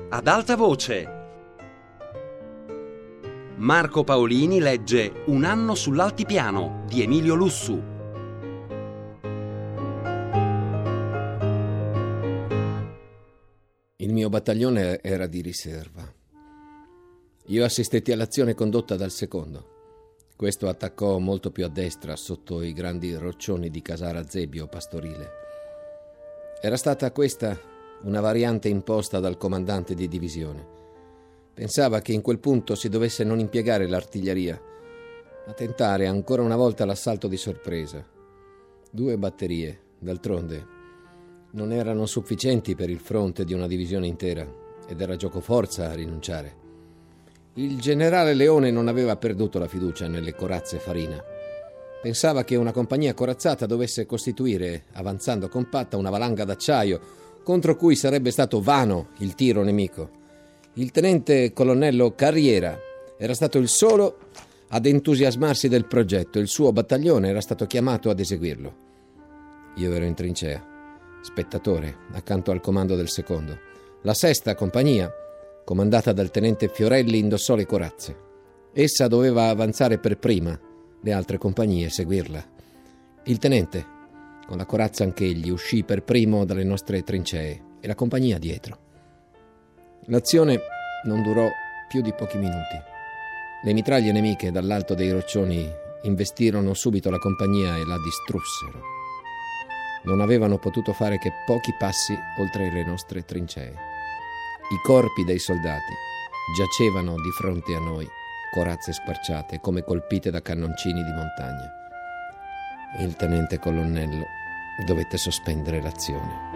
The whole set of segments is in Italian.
ad alta voce. Marco Paolini legge Un anno sull'altipiano di Emilio Lussu. Il mio battaglione era di riserva. Io assistetti all'azione condotta dal secondo. Questo attaccò molto più a destra, sotto i grandi roccioni di Casara Zebbio Pastorile. Era stata questa una variante imposta dal comandante di divisione. Pensava che in quel punto si dovesse non impiegare l'artiglieria, ma tentare ancora una volta l'assalto di sorpresa. 2 batterie, d'altronde, non erano sufficienti per il fronte di una divisione intera ed era giocoforza a rinunciare. Il generale Leone non aveva perduto la fiducia nelle corazze Farina. Pensava che una compagnia corazzata dovesse costituire, avanzando compatta, una valanga d'acciaio contro cui sarebbe stato vano il tiro nemico. Il tenente colonnello Carriera era stato il solo ad entusiasmarsi del progetto. Il suo battaglione era stato chiamato ad eseguirlo. Io ero in trincea, spettatore, accanto al comando del secondo. La 6ª compagnia, comandata dal tenente Fiorelli, indossò le corazze. Essa doveva avanzare per prima, le altre compagnie seguirla. Il tenente, con la corazza anch'egli, uscì per primo dalle nostre trincee e la compagnia dietro. L'azione non durò più di pochi minuti. Le mitraglie nemiche dall'alto dei roccioni investirono subito la compagnia e la distrussero. Non avevano potuto fare che pochi passi oltre le nostre trincee. I corpi dei soldati giacevano di fronte a noi, corazze squarciate come colpite da cannoncini di montagna. Il tenente colonnello dovette sospendere l'azione.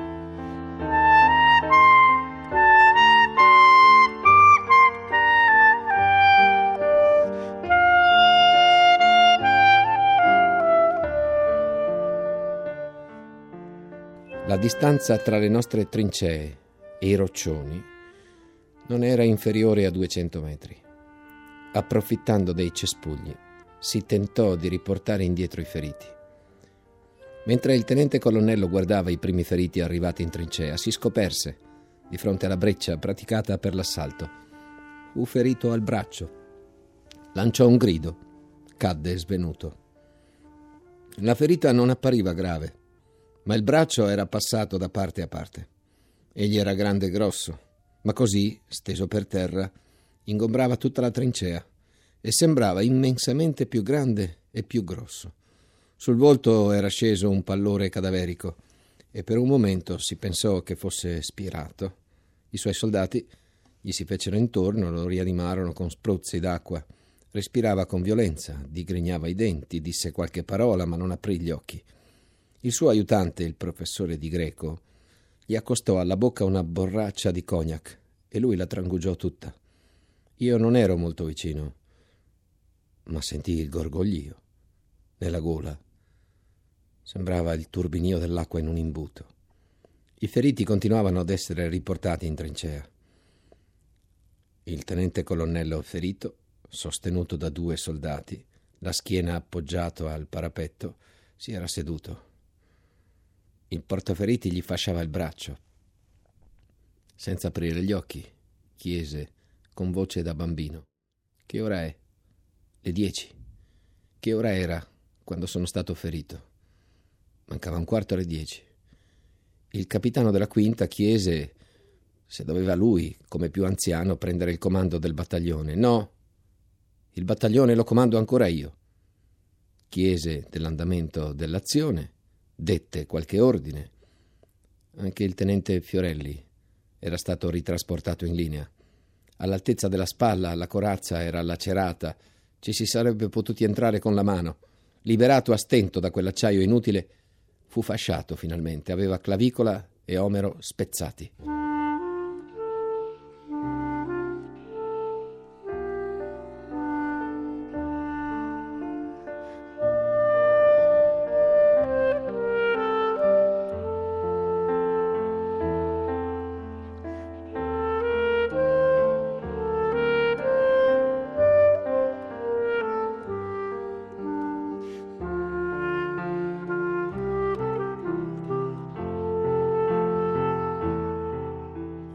La distanza tra le nostre trincee e i roccioni non era inferiore a 200 metri. Approfittando dei cespugli, si tentò di riportare indietro i feriti. Mentre il tenente colonnello guardava i primi feriti arrivati in trincea, si scoperse di fronte alla breccia praticata per l'assalto. Fu ferito al braccio. Lanciò un grido. Cadde svenuto. La ferita non appariva grave, ma il braccio era passato da parte a parte. Egli era grande e grosso, ma così, steso per terra, ingombrava tutta la trincea e sembrava immensamente più grande e più grosso. Sul volto era sceso un pallore cadaverico e per un momento si pensò che fosse spirato. I suoi soldati gli si fecero intorno, lo rianimarono con spruzzi d'acqua. Respirava con violenza, digrignava i denti, disse qualche parola ma non aprì gli occhi. Il suo aiutante, il professore di greco, gli accostò alla bocca una borraccia di cognac e lui la trangugiò tutta. Io non ero molto vicino, ma sentii il gorgoglio nella gola. Sembrava il turbinio dell'acqua in un imbuto. I feriti continuavano ad essere riportati in trincea. Il tenente colonnello ferito, sostenuto da 2 soldati, la schiena appoggiato al parapetto, si era seduto. Il portaferiti gli fasciava il braccio. Senza aprire gli occhi, chiese con voce da bambino: «Che ora è?» «Le 10. Che ora era quando sono stato ferito?» «Mancava un quarto alle 10. Il capitano della quinta chiese se doveva lui, come più anziano, prendere il comando del battaglione. «No, il battaglione lo comando ancora io». Chiese dell'andamento dell'azione, dette qualche ordine. Anche il tenente Fiorelli era stato ritrasportato in linea. All'altezza della spalla la corazza era lacerata, ci si sarebbe potuti entrare con la mano. Liberato a stento da quell'acciaio inutile, fu fasciato finalmente, aveva clavicola e omero spezzati.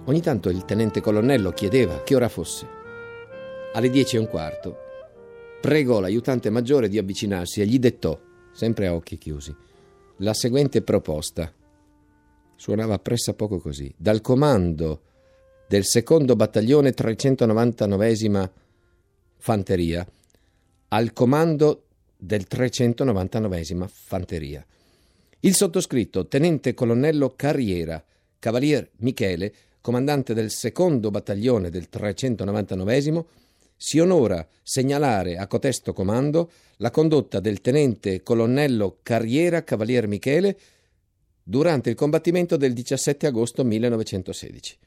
Ogni tanto il tenente colonnello chiedeva che ora fosse. Alle 10:15 pregò l'aiutante maggiore di avvicinarsi e gli dettò, sempre a occhi chiusi, la seguente proposta. Suonava pressappoco così: dal comando del secondo battaglione 399esima fanteria al comando del 399esima fanteria. Il sottoscritto, tenente colonnello Carriera, cavalier Michele, comandante del secondo battaglione del 399esimo, si onora segnalare a cotesto comando la condotta del tenente colonnello Carriera, cavalier Michele, durante il combattimento del 17 agosto 1916.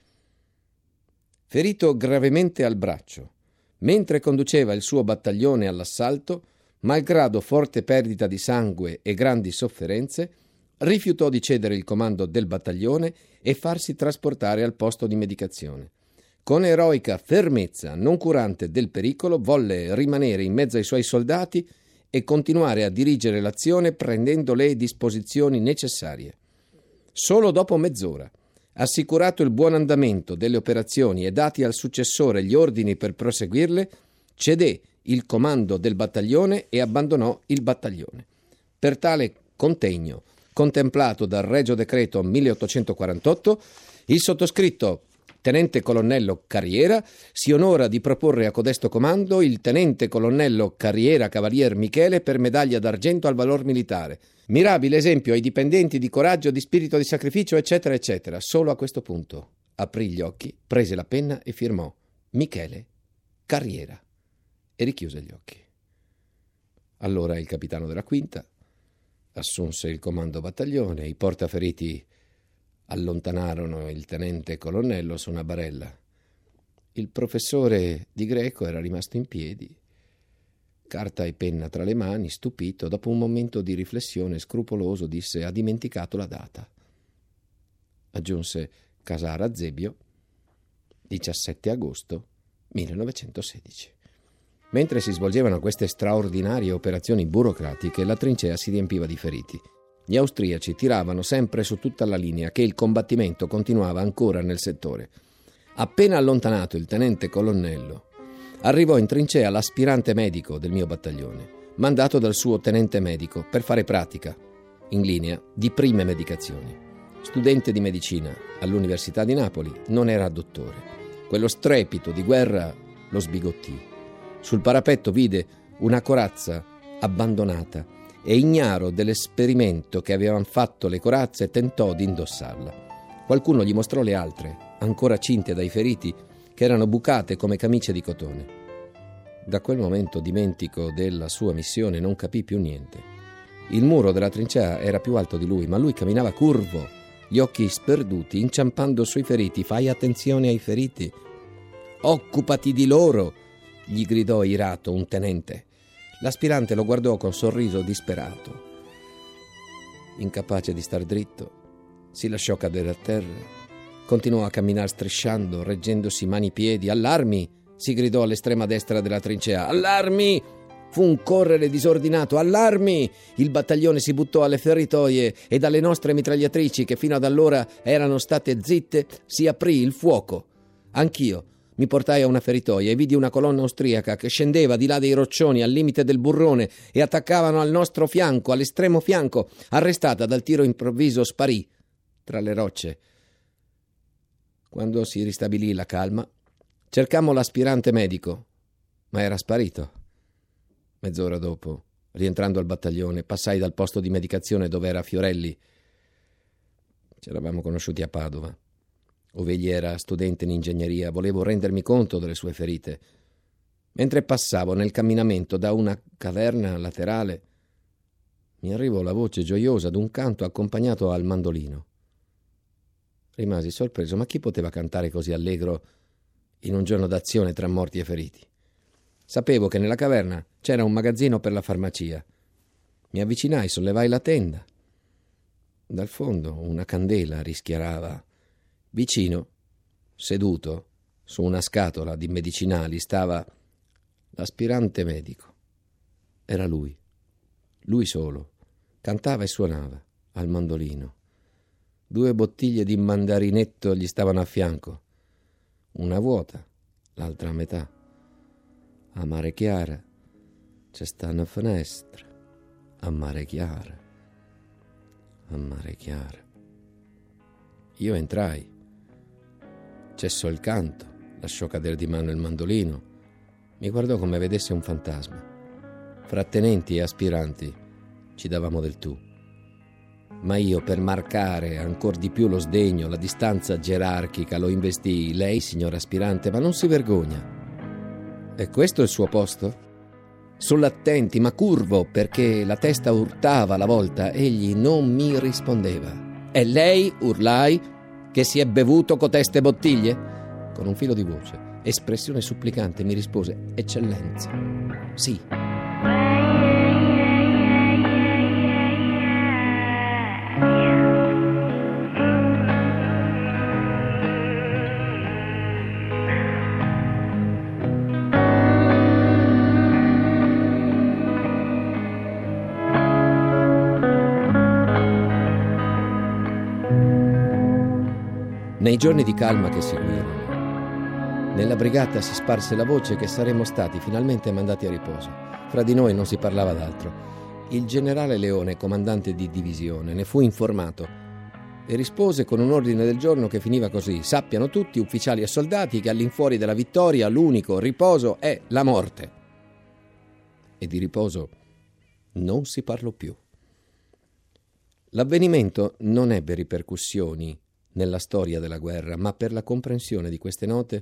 Ferito gravemente al braccio, mentre conduceva il suo battaglione all'assalto, malgrado forte perdita di sangue e grandi sofferenze, rifiutò di cedere il comando del battaglione e farsi trasportare al posto di medicazione. Con eroica fermezza, non curante del pericolo, volle rimanere in mezzo ai suoi soldati e continuare a dirigere l'azione prendendo le disposizioni necessarie. Solo dopo mezz'ora, assicurato il buon andamento delle operazioni e dati al successore gli ordini per proseguirle, cedé il comando del battaglione e abbandonò il battaglione. Per tale contegno, contemplato dal Regio Decreto 1848, il sottoscritto tenente colonnello Carriera si onora di proporre a codesto comando il tenente colonnello Carriera cavalier Michele per medaglia d'argento al valor militare. Mirabile esempio ai dipendenti di coraggio, di spirito di sacrificio, eccetera, eccetera. Solo a questo punto aprì gli occhi, prese la penna e firmò Michele Carriera e richiuse gli occhi. Allora il capitano della quinta assunse il comando battaglione, i portaferiti allontanarono il tenente colonnello su una barella. Il professore di greco era rimasto in piedi, carta e penna tra le mani, stupito. Dopo un momento di riflessione scrupoloso disse: ha dimenticato la data. Aggiunse Casara Zebio, 17 agosto 1916. Mentre si svolgevano queste straordinarie operazioni burocratiche, la trincea si riempiva di feriti. Gli austriaci tiravano sempre su tutta la linea che il combattimento continuava ancora nel settore. Appena allontanato il tenente colonnello, arrivò in trincea l'aspirante medico del mio battaglione, mandato dal suo tenente medico per fare pratica, in linea, di prime medicazioni. Studente di medicina all'Università di Napoli, non era dottore. Quello strepito di guerra lo sbigottì. Sul parapetto vide una corazza abbandonata e, ignaro dell'esperimento che avevano fatto le corazze, tentò di indossarla. Qualcuno gli mostrò le altre, ancora cinte dai feriti, che erano bucate come camicie di cotone. Da quel momento, dimentico della sua missione, non capì più niente. Il muro della trincea era più alto di lui, ma lui camminava curvo, gli occhi sperduti, inciampando sui feriti. Fai attenzione ai feriti. Occupati di loro, gli gridò irato un tenente. L'aspirante lo guardò con sorriso disperato. Incapace di star dritto, si lasciò cadere a terra. Continuò a camminare strisciando, reggendosi mani e piedi. Allarmi! Si gridò all'estrema destra della trincea. Allarmi! Fu un correre disordinato. Allarmi! Il battaglione si buttò alle feritoie e dalle nostre mitragliatrici, che fino ad allora erano state zitte, si aprì il fuoco. Anch'io mi portai a una feritoia e vidi una colonna austriaca che scendeva di là dei roccioni al limite del burrone e attaccavano al nostro fianco, all'estremo fianco. Arrestata dal tiro improvviso, sparì tra le rocce. Quando si ristabilì la calma, cercammo l'aspirante medico, ma era sparito. Mezz'ora dopo, rientrando al battaglione, passai dal posto di medicazione dove era Fiorelli. Ci eravamo conosciuti a Padova, ove egli era studente in ingegneria. Volevo rendermi conto delle sue ferite. Mentre passavo nel camminamento da una caverna laterale, mi arrivò la voce gioiosa d'un canto accompagnato al mandolino. Rimasi sorpreso, ma chi poteva cantare così allegro in un giorno d'azione tra morti e feriti? Sapevo che nella caverna c'era un magazzino per la farmacia. Mi avvicinai, sollevai la tenda. Dal fondo una candela rischiarava. Vicino, seduto su una scatola di medicinali, stava l'aspirante medico. Era lui solo, cantava e suonava al mandolino. 2 bottiglie di mandarinetto gli stavano a fianco. una vuota, l'altra a metà. A mare chiara c'è sta una finestra, a mare chiara, a mare chiara. Io entrai, cessò il canto, lasciò cadere di mano il mandolino, mi guardò come vedesse un fantasma. Fra tenenti e aspiranti ci davamo del tu. Ma io, per marcare ancor di più lo sdegno, la distanza gerarchica, lo investii. Lei, signor aspirante, ma non si vergogna? È questo il suo posto? Sull'attenti, ma curvo, perché la testa urtava la volta, egli non mi rispondeva. «E lei?» urlai, «che si è bevuto coteste bottiglie?» Con un filo di voce, espressione supplicante, mi rispose: «Eccellenza, sì». Nei giorni di calma che seguirono, nella brigata si sparse la voce che saremmo stati finalmente mandati a riposo. Fra di noi non si parlava d'altro. Il generale Leone, comandante di divisione, ne fu informato e rispose con un ordine del giorno che finiva così: sappiano tutti, ufficiali e soldati, che all'infuori della vittoria l'unico riposo è la morte. E di riposo non si parlò più. L'avvenimento non ebbe ripercussioni nella storia della guerra, ma per la comprensione di queste note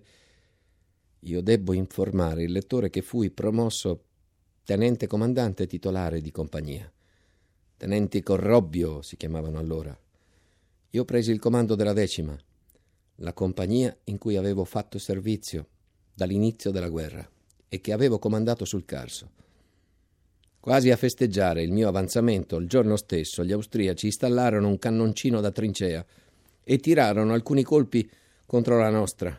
io debbo informare il lettore che fui promosso tenente comandante titolare di compagnia. Tenenti Corrobbio si chiamavano allora. Io presi il comando della 10ª, la compagnia in cui avevo fatto servizio dall'inizio della guerra e che avevo comandato sul Carso. Quasi a festeggiare il mio avanzamento, il giorno stesso gli austriaci installarono un cannoncino da trincea e tirarono alcuni colpi contro la nostra.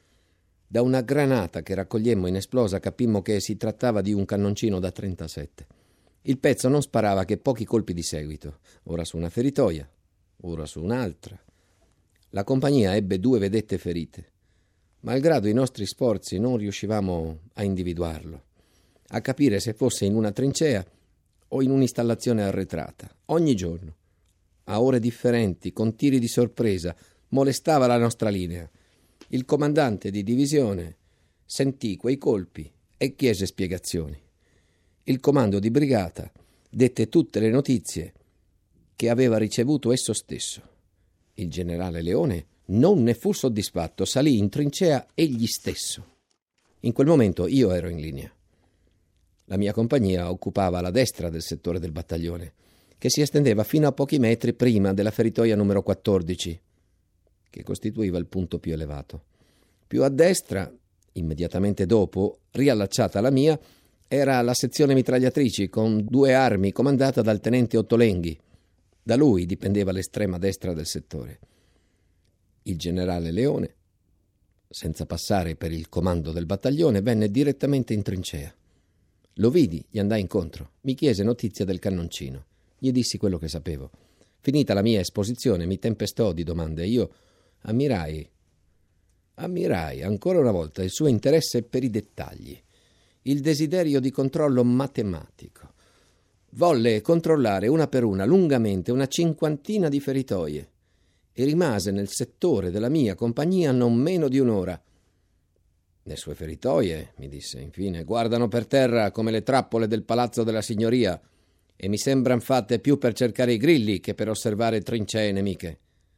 Da una granata che raccogliemmo inesplosa capimmo che si trattava di un cannoncino da 37. Il pezzo non sparava che pochi colpi di seguito, ora su una feritoia, ora su un'altra. La compagnia ebbe 2 vedette ferite. Malgrado i nostri sforzi non riuscivamo a individuarlo, a capire se fosse in una trincea o in un'installazione arretrata. Ogni giorno, a ore differenti, con tiri di sorpresa, molestava la nostra linea. Il comandante di divisione sentì quei colpi e chiese spiegazioni. Il comando di brigata dette tutte le notizie che aveva ricevuto esso stesso. Il generale Leone non ne fu soddisfatto, salì in trincea egli stesso. In quel momento io ero in linea. La mia compagnia occupava la destra del settore del battaglione, che si estendeva fino a pochi metri prima della feritoia numero 14, che costituiva il punto più elevato. Più a destra, immediatamente dopo, riallacciata alla mia, era la sezione mitragliatrici con 2 armi comandata dal tenente Ottolenghi. Da lui dipendeva l'estrema destra del settore. Il generale Leone, senza passare per il comando del battaglione, venne direttamente in trincea. Lo vidi, gli andai incontro, mi chiese notizia del cannoncino. Gli dissi quello che sapevo. Finita la mia esposizione mi tempestò di domande e io ammirai ancora una volta il suo interesse per i dettagli, il desiderio di controllo matematico. Volle controllare una per una, lungamente, una 50 di feritoie e rimase nel settore della mia compagnia non meno di un'ora. Le sue feritoie, mi disse infine, guardano per terra come le trappole del palazzo della signoria e mi sembran fatte più per cercare i grilli che per osservare trincee nemiche.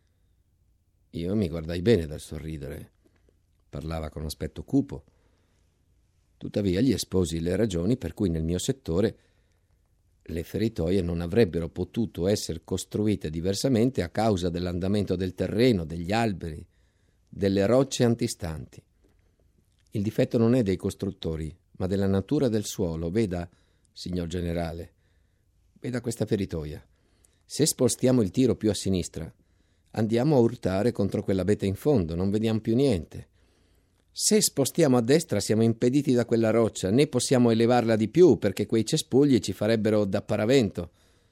Io mi guardai bene dal sorridere. Parlava con aspetto cupo. Tuttavia gli esposi le ragioni per cui nel mio settore le feritoie non avrebbero potuto essere costruite diversamente a causa dell'andamento del terreno, degli alberi, delle rocce antistanti. Il difetto non è dei costruttori, ma della natura del suolo. Veda, signor generale, veda questa feritoia. Se spostiamo il tiro più a sinistra, andiamo a urtare contro quell'abete in fondo, non vediamo più niente. Se spostiamo a destra siamo impediti da quella roccia, né possiamo elevarla di più perché quei cespugli ci farebbero da paravento.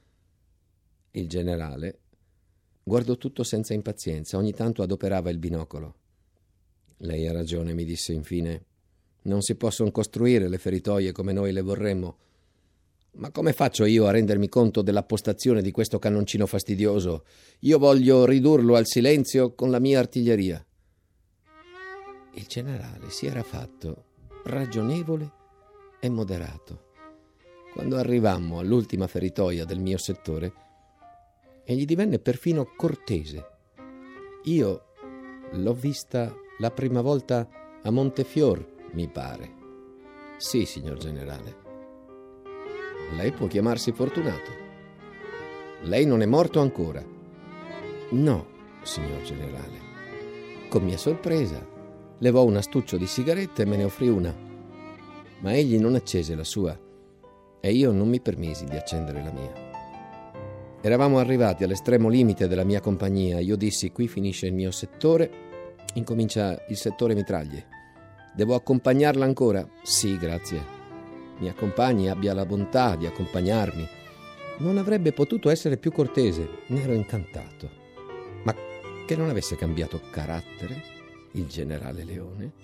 Il generale guardò tutto senza impazienza, ogni tanto adoperava il binocolo. Lei ha ragione, mi disse infine. Non si possono costruire le feritoie come noi le vorremmo. Ma come faccio io a rendermi conto dell'appostazione di questo cannoncino fastidioso? Io voglio ridurlo al silenzio con la mia artiglieria. Il generale si era fatto ragionevole e moderato. Quando arrivammo all'ultima feritoia del mio settore, egli divenne perfino cortese. Io l'ho vista la prima volta a Montefior, mi pare. Sì, signor generale. Lei può chiamarsi fortunato. Lei non è morto ancora. No, signor generale. Con mia sorpresa, levò un astuccio di sigarette e me ne offrì una. Ma egli non accese la sua e io non mi permisi di accendere la mia. Eravamo arrivati all'estremo limite della mia compagnia. Io dissi: qui finisce il mio settore, incomincia il settore mitraglie. Devo accompagnarla ancora? Sì, grazie. Mi accompagni, abbia la bontà di accompagnarmi. Non avrebbe potuto essere più cortese, ne ero incantato. Ma che non avesse cambiato carattere il generale Leone?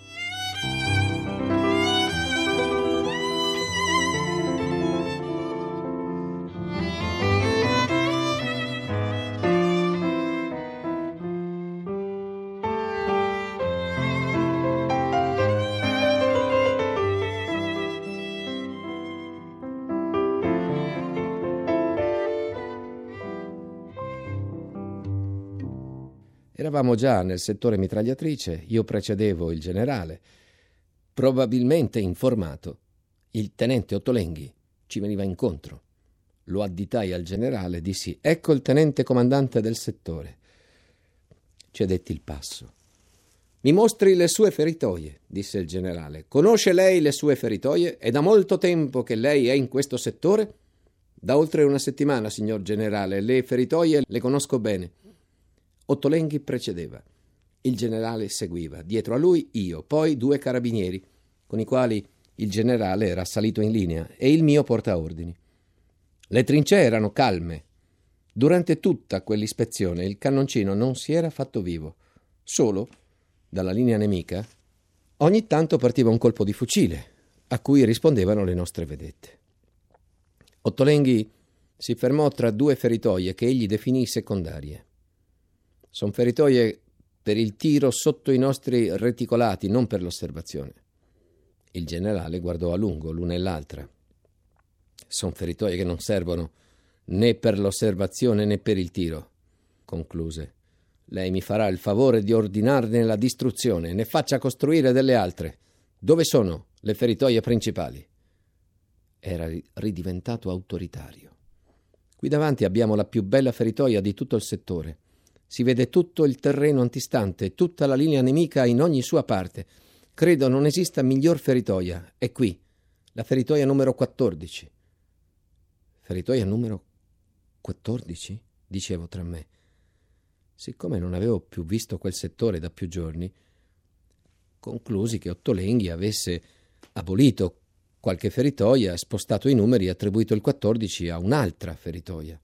Eravamo già nel settore mitragliatrice, io precedevo il generale. Probabilmente informato, il tenente Ottolenghi ci veniva incontro. Lo additai al generale, dissi: ecco il tenente comandante del settore. Cedetti il passo. Mi mostri le sue feritoie, disse il generale. Conosce lei le sue feritoie? È da molto tempo che lei è in questo settore? Da oltre una settimana, signor generale. Le feritoie le conosco bene. Ottolenghi precedeva, il generale seguiva, dietro a lui io, poi 2 carabinieri, con i quali il generale era salito in linea, e il mio portaordini. Le trincee erano calme. Durante tutta quell'ispezione il cannoncino non si era fatto vivo. Solo, dalla linea nemica, ogni tanto partiva un colpo di fucile, a cui rispondevano le nostre vedette. Ottolenghi si fermò tra 2 feritoie che egli definì secondarie. Son feritoie per il tiro sotto i nostri reticolati, non per l'osservazione. Il generale guardò a lungo l'una e l'altra. Son feritoie che non servono né per l'osservazione né per il tiro, concluse. Lei mi farà il favore di ordinarne la distruzione, ne faccia costruire delle altre. Dove sono le feritoie principali? Era ridiventato autoritario. Qui davanti abbiamo la più bella feritoia di tutto il settore. Si vede tutto il terreno antistante, tutta la linea nemica in ogni sua parte. Credo non esista miglior feritoia. È qui, la feritoia numero 14. Feritoia numero 14? Dicevo tra me. Siccome non avevo più visto quel settore da più giorni, conclusi che Ottolenghi avesse abolito qualche feritoia, spostato i numeri e attribuito il 14 a un'altra feritoia.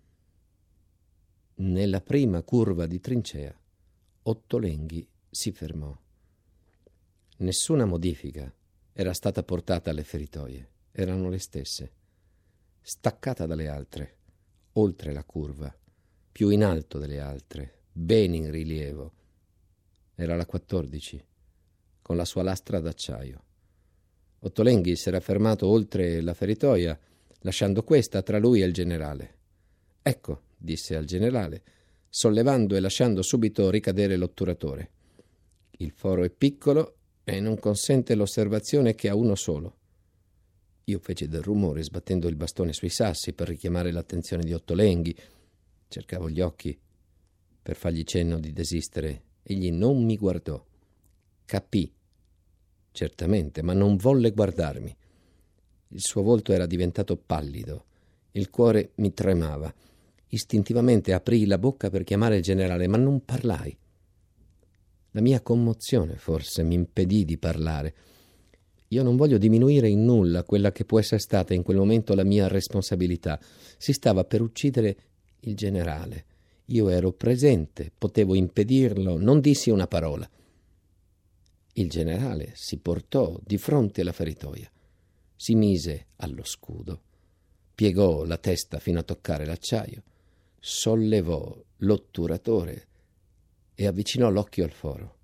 Nella prima curva di trincea, Ottolenghi si fermò. Nessuna modifica era stata portata alle feritoie, erano le stesse. Staccata dalle altre, oltre la curva, più in alto delle altre, ben in rilievo, era la 14, con la sua lastra d'acciaio. Ottolenghi si era fermato oltre la feritoia, lasciando questa tra lui e il generale. Ecco, disse al generale, sollevando e lasciando subito ricadere l'otturatore. Il foro è piccolo e non consente l'osservazione che a uno solo. Io feci del rumore sbattendo il bastone sui sassi per richiamare l'attenzione di Ottolenghi. Cercavo gli occhi per fargli cenno di desistere. Egli non mi guardò. Capì, certamente, ma non volle guardarmi. Il suo volto era diventato pallido. Il cuore mi tremava. Istintivamente aprii la bocca per chiamare il generale, ma non parlai. La mia commozione forse mi impedì di parlare. Io non voglio diminuire in nulla quella che può essere stata in quel momento la mia responsabilità. Si stava per uccidere il generale. Io ero presente, potevo impedirlo, non dissi una parola. Il generale si portò di fronte alla feritoia, si mise allo scudo, piegò la testa fino a toccare l'acciaio, sollevò l'otturatore e avvicinò l'occhio al foro.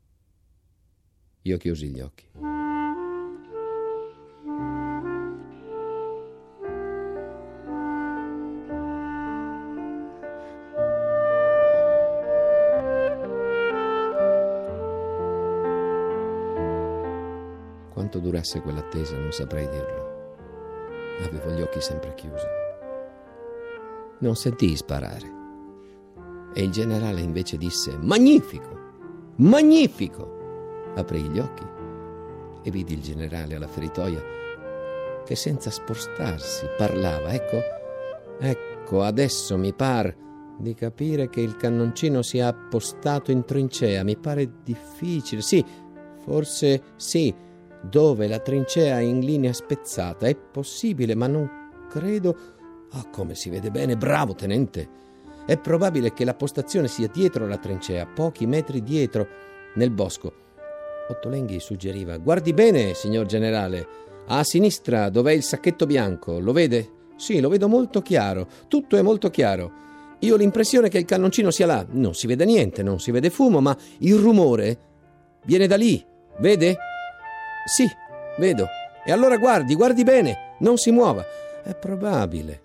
Io chiusi gli occhi. Quanto durasse quell'attesa non saprei dirlo. Avevo gli occhi sempre chiusi. Non sentii sparare. E il generale invece disse: magnifico! Magnifico! Aprii gli occhi e vidi il generale alla feritoia che senza spostarsi parlava. Ecco, adesso mi par di capire che il cannoncino sia appostato in trincea. Mi pare difficile. Sì, forse sì, dove la trincea è in linea spezzata. È possibile, ma non credo. Ah, come si vede bene, bravo tenente. È probabile che la postazione sia dietro la trincea, pochi metri dietro, nel bosco. Ottolenghi suggeriva: guardi bene, signor generale, a sinistra dov'è il sacchetto bianco, lo vede? Sì, lo vedo molto chiaro, tutto è molto chiaro. Io ho l'impressione che il cannoncino sia là. Non si vede niente, non si vede fumo, ma il rumore viene da lì, vede? Sì, vedo. E allora guardi bene, non si muova. È probabile.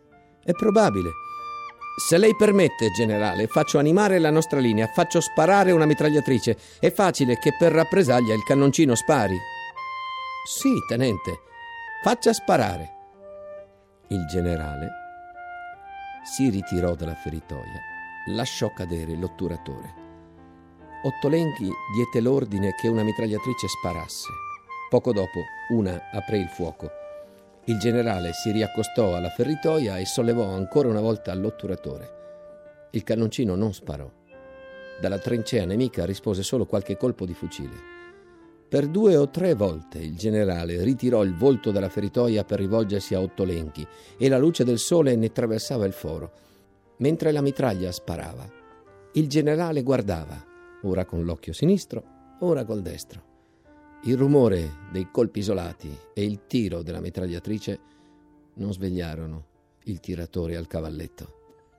Se lei permette, generale, faccio animare la nostra linea, faccio sparare una mitragliatrice. È facile che per rappresaglia il cannoncino spari. Sì, tenente, faccia sparare. Il generale si ritirò dalla feritoia, lasciò cadere l'otturatore. Ottolenghi diede l'ordine che una mitragliatrice sparasse. Poco dopo una aprì il fuoco. Il generale si riaccostò alla feritoia e sollevò ancora una volta l'otturatore. Il cannoncino non sparò. Dalla trincea nemica rispose solo qualche colpo di fucile. Per 2 o 3 volte il generale ritirò il volto dalla feritoia per rivolgersi a Ottolenghi e la luce del sole ne attraversava il foro. Mentre la mitraglia sparava, il generale guardava, ora con l'occhio sinistro, ora col destro. Il rumore dei colpi isolati e il tiro della mitragliatrice non svegliarono il tiratore al cavalletto.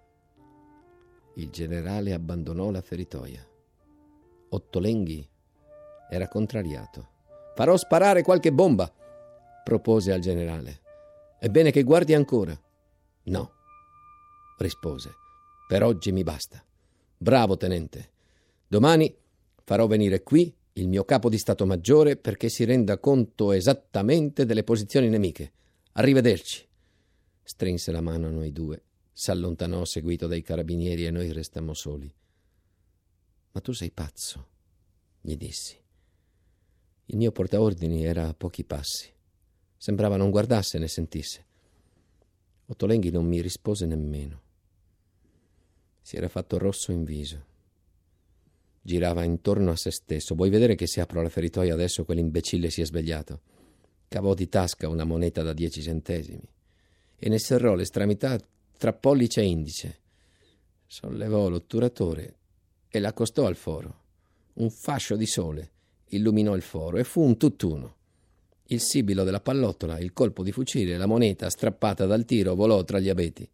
Il generale abbandonò la feritoia. Ottolenghi era contrariato. «Farò sparare qualche bomba», propose al generale. «È bene che guardi ancora». «No», rispose, «per oggi mi basta. Bravo, tenente. Domani farò venire qui il mio capo di Stato Maggiore perché si renda conto esattamente delle posizioni nemiche. Arrivederci». Strinse la mano a noi due, s'allontanò seguito dai carabinieri e noi restammo soli. «Ma tu sei pazzo», gli dissi. Il mio portaordini era a pochi passi. Sembrava non guardasse né sentisse. Ottolenghi non mi rispose nemmeno. Si era fatto rosso in viso. Girava intorno a se stesso. «Vuoi vedere che se apro la feritoia adesso quell'imbecille si è svegliato?» Cavò di tasca una moneta da 10 centesimi e ne serrò l'estremità tra pollice e indice. Sollevò l'otturatore e l'accostò al foro. Un fascio di sole illuminò il foro e fu un tutt'uno. Il sibilo della pallottola, il colpo di fucile, la moneta strappata dal tiro volò tra gli abeti.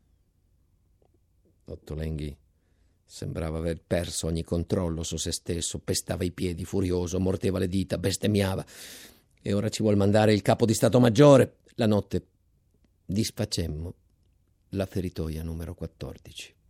Ottolenghi sembrava aver perso ogni controllo su se stesso, pestava i piedi furioso, mordeva le dita, bestemmiava. «E ora ci vuol mandare il capo di Stato Maggiore?» La notte disfacemmo la feritoia numero 14.